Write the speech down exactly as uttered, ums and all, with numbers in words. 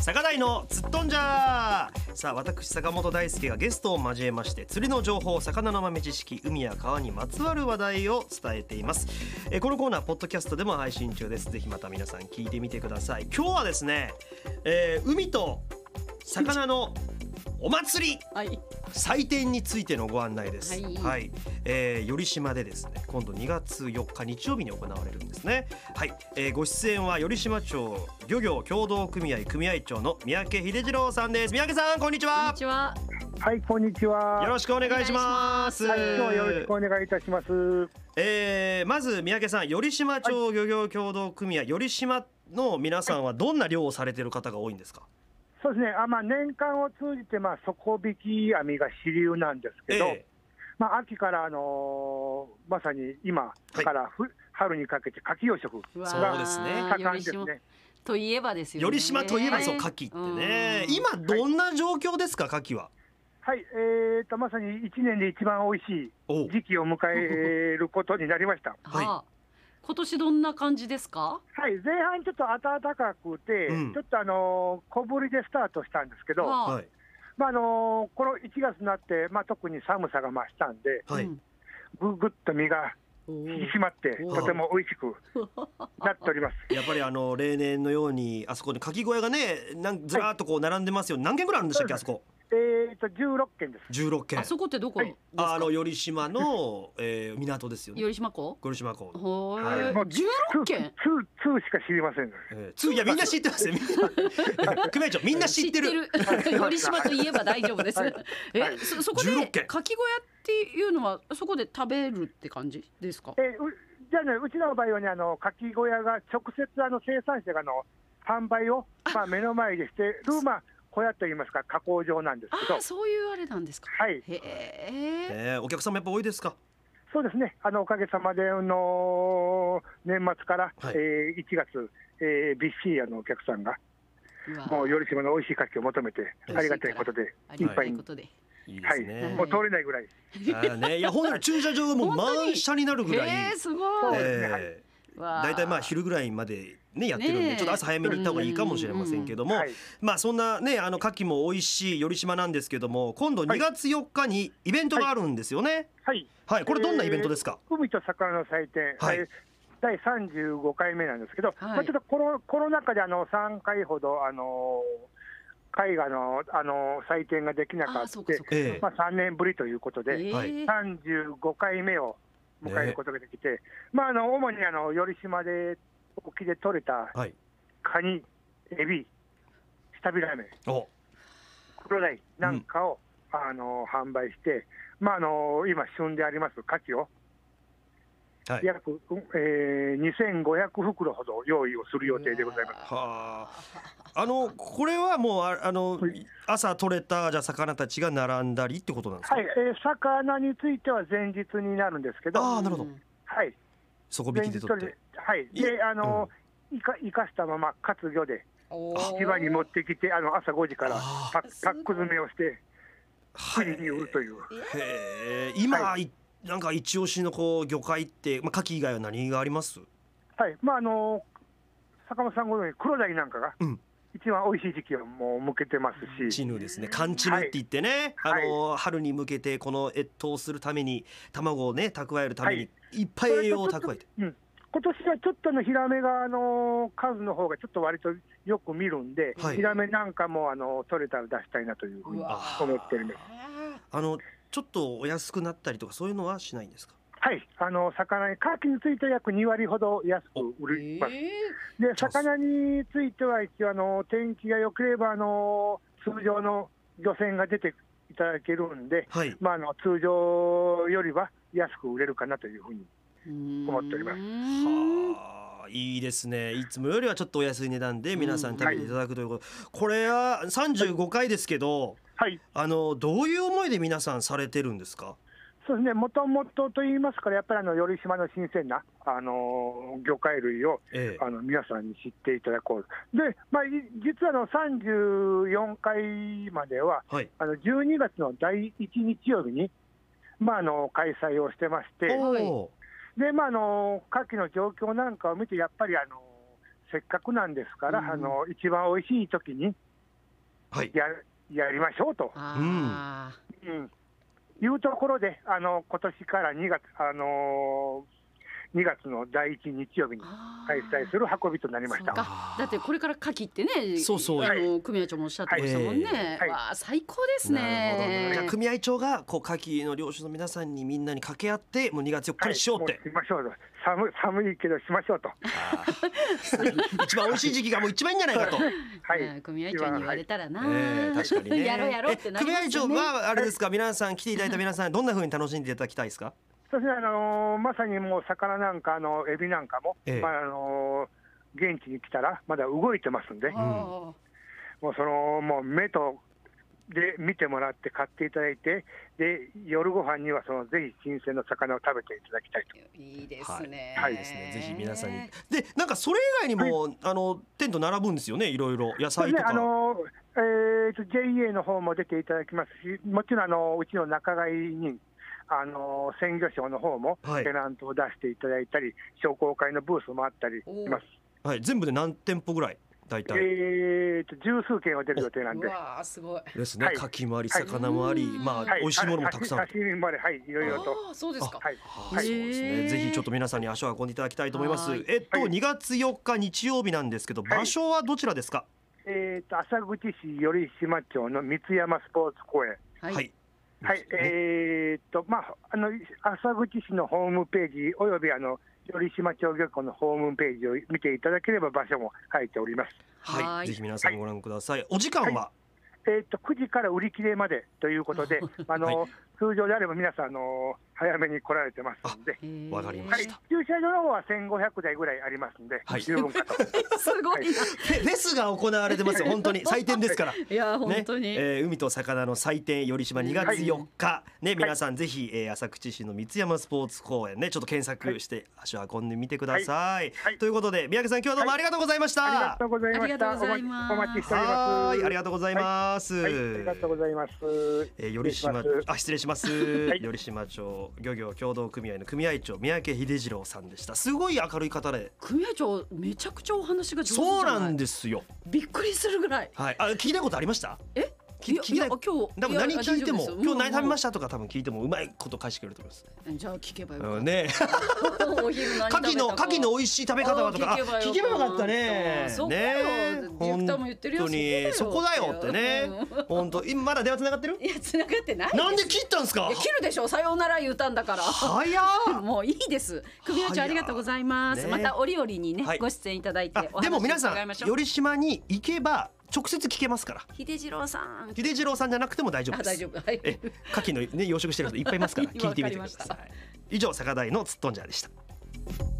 坂大のつっとんじゃー。さあ私坂本大輔がゲストを交えまして釣りの情報、魚の豆知識、海や川にまつわる話題を伝えています。えこのコーナーポッドキャストでも配信中です。ぜひまた皆さん聞いてみてください。今日はですね、えー、海と魚のお祭り、はい、祭典についてのご案内です。はい、はい、えー、頼島でですね、今度にがつよっか日曜日に行われるんですね。はい、えー、ご出演は頼島町漁業協同組合組合長の三宅秀次郎さんです。三宅さん、こんにちは。 こんにちは。 はい、こんにちは。 よろしくお願いします。 はい、今日はよろしくお願いいたします。 えー、まず三宅さん、頼島町漁業協同組合、頼島の皆さんはどんな漁をされている方が多いんですか？ そうですね、あ、まあ、年間を通じて、まあ、底引き網が主流なんですけど、えーまあ、秋から、あのー、まさに今からふ、はい、春にかけて牡蠣養殖が盛んですね。 といえばですよね。 頼島といえばそう牡蠣ってね、今どんな状況ですか、牡蠣は。 はい、えー、とまさにいちねんで一番おいしい時期を迎えることになりました。 はい、今年どんな感じですか？ はい、前半ちょっと暖かくて、うん、ちょっとあの小ぶりでスタートしたんですけど、はい、まああのこのいちがつになって、まあ、特に寒さが増したんで、はい、ぐぐっと身が引き締まってとても美味しくなっております。 やっぱりあの例年のようにあそこに牡蠣小屋がね、なんずらっとこう並んでますよ。はい、何軒ぐらいあるんでしたっけ、あそこ？ えーとじゅうろっけんです。 じゅうろっけん。 あそこってどこですか？ あの頼島の、えー、港ですよね。 頼島港。 頼島港。 はい。もうじゅうろっけん。 ツーツーしか知りません。 えー、ツーいやみんな知ってますよ。組合長みんな知ってる。 頼島といえば大丈夫です。はい、え、はい、そ, そこで牡蠣小屋っていうのはそこで食べるって感じですか？ えー、うじゃあね、うちの場合はね、あの牡蠣小屋が直接あの生産者がの販売をまあ目の前でしてるまあ。小屋といいますか加工場なんですけど。 あ、そういうあれなんですか。 はい。 へえ、お客様やっぱ多いですか？そうですね。あのおかげさまでの年末から、はい、えー、いちがつ、えー、びっしりあのお客さんがもう頼島の美味しい牡蠣を求めてありがたいことでいっぱいに。 いいですね。 はい、もう通れないぐらい。 あ、ね、いや本来駐車場がもう満車になるぐらい。 えー、すごい。 えーだいたいまあ昼ぐらいまでねやってるんで、ちょっと朝早めに行った方がいいかもしれませんけども、まあそんなねあの牡蠣も美味しい頼島なんですけども、今度にがつよっかにイベントがあるんですよね。 はいはい、これどんなイベントですか？ えー、海と魚の祭典、はい、だいさんじゅうごかいめなんですけど、はい、まあ、ちょっとコロコロナ禍であのさんかいほどあの絵画のあの祭典ができなかった、まあさんねんぶりということで、えー、さんじゅうごかいめを迎えることができて、ね、まあ、あの主にあの頼島で沖で取れたカニ、エビ、シタビラメ、クロダイなんかを、うん、あの販売して、まあ、あの今旬であります牡蠣を、はい、約、えー、にせんごひゃくふくろほど用意をする予定でございます。 はあ、あのこれはもう あ, あの、はい、朝取れたじゃ魚たちが並んだりってことなんですか？ はい、えー、魚については前日になるんですけど、 あ、なるほど、 はい、 底引きで取って、 はい、であの、うん、いか生かしたまま活魚で市場に持ってきて、あの朝ごじからパック詰めをして国に売るという。 へー、今、はい、なんか一押しのこう魚介って、まあ、牡蠣以外は何があります？ はい、まああの坂本さんご存じ黒鯛なんかが、うん、一番美味しい時期はもう向けてますし、 チヌですね、寒チヌって言ってね、はい、あの春に向けてこの越冬するために卵をね蓄えるために、はい、いっぱい栄養を蓄えて、うん、 今年はちょっとのヒラメがあの数の方がちょっと割とよく見るんで、はい、ヒラメなんかもあの取れたら出したいなというふうに思ってるんです。 あのちょっとお安くなったりとかそういうのはしないんですか？ はい、あの魚に牡蠣については約にわりほど安く売ります。えー、で魚については一応あの天気が良ければあの通常の漁船が出ていただけるんで、はい、まあ、あの通常よりは安く売れるかなというふうに思っております。 はあ、いいですね。いつもよりはちょっとお安い値段で皆さん食べていただくということ、はい、これはさんじゅうごかいですけど、はい、あのどういう思いで皆さんされてるんですか？ そうですね、もともとといいますから、やっぱりあの頼島の新鮮な、あのー、魚介類を、ええ、あの皆さんに知っていただこうで、まあ、実はあのさんじゅうよんかいまでは、はい、あのじゅうにがつのだいいち日曜日に、まあ、あの開催をしてまして、で、まあ、あの牡蠣の状況なんかを見て、やっぱりあのせっかくなんですから、うん、あの一番おいしい時にはい、 や, やりましょうと、 あ、 うん、いうところで、あの今年からにがつ、あのーにがつのだいいち日曜日に開催する運びとなりました。 だってこれから牡蠣ってね、 そうそう、 あの組合長もおっしゃってましたもんね、はい、わあ最高ですね。 じゃあ組合長がこう牡蠣の漁師の皆さんにみんなに掛け合ってもうにがつよっかにしようって、 はい、しましょう、寒, 寒いけどしましょうと一番美味しい時期がもう一番いいんじゃないかと、 はい、組合長に言われたらな、 はい、えー、確かにねやろうやろうってなりますよね。 組合長はあれですか、はい、皆さん来ていただいた皆さんどんな風に楽しんでいただきたいですか？ そうですね、あのー、まさにもう魚なんかあのエビなんかも、ええ、まああのー、現地に来たらまだ動いてますんで、うん、もうそのもう目とで見てもらって買っていただいて、で夜ご飯にはそのぜひ新鮮な魚を食べていただきたいと。 いいですね。 はい、 ですね。ぜひ皆さんに。でなんかそれ以外にも、はい、あのテント並ぶんですよね。いろいろ野菜とか。 ね、あのえー、と ジェイエー の方も出ていただきますし、もちろんあのうちの仲買人。あの鮮魚商の方もテナントを出していただいたり、はい、商工会のブースもあったりします。 はい、全部で何店舗ぐらい大体？ えーと十数件は出る予定なんで。 うわーすごいですね。はい、牡蠣もあり魚もあり、はい、まあ、はい、美味しいものもたくさん。 刺身もあり、はい、いろいろと。 あ、そうですか。 はい、 はい、そうですね。ぜひちょっと皆さんに足を運んでいただきたいと思います。えっと、はい、にがつよっか日曜日なんですけど、場所はどちらですか？ えーと浅口市寄島町の三山スポーツ公園。 はい。はいはい、えー、っとまああの浅口市のホームページおよびあの寄島町漁港のホームページを見ていただければ場所も書いております。 はい、はい、ぜひ皆さんご覧ください。はい、お時間は、はい、えー、っとくじから売り切れまでということで、あの、はい、通常であれば皆さんあの早めに来られてますので、 わかりました。 はい、駐車場の方はせんごひゃくだいぐらいありますので、はい、十分かと。 すごいな。 フェスが行われてますよ。本当に祭典ですから。 いや本当に、 ね、えー、海と魚の祭典寄島にがつよっか、はい、ね、皆さんぜひ、えー、浅口市の三山スポーツ公園ねちょっと検索して足を運んでみてください。はいはい、ということで三宅さん今日はどうもありがとうございました。 はい、ありがとうございました。 ありがとうございます。 お待ちしております。 はい、ありがとうございます。 はいはい、ありがとうございます。 えー、寄島あ失礼します。はい、寄島町漁業協同組合の組合長三宅秀次郎さんでした。すごい明るい方で、 組合長めちゃくちゃお話が上手じゃない？ そうなんですよ。 びっくりするぐらい。 はい、あ聞きたいことありました？えいやいや今日多分何聞いても今日何食べましたとか多分聞いてもうまいこと返してくれると思います。 じゃあ聞けばよかった、 うん、ねお昼何食べたか牡蠣の牡蠣の美味しい食べ方はとか聞けばよかったね。 そこよ、ね、ディレクターも言ってるよ。 本当にそこだよってね。本当今まだ電話つながってる？ いやつながってないです。 なんで切ったんですか？ 切るでしょ、さようなら言うたんだから。 早っもういいです。組合長ありがとうございます、ね、また折々にね、はい、ご出演いただいてお話を伺いましょう。 でも皆さん寄島に行けば直接聞けますから。 秀次郎さん秀次郎さんじゃなくても大丈夫です。 大丈夫、はい、 え牡蠣のね養殖してる人いっぱいいますから聞いてみてください。以上酒代のつっとんじゃでした。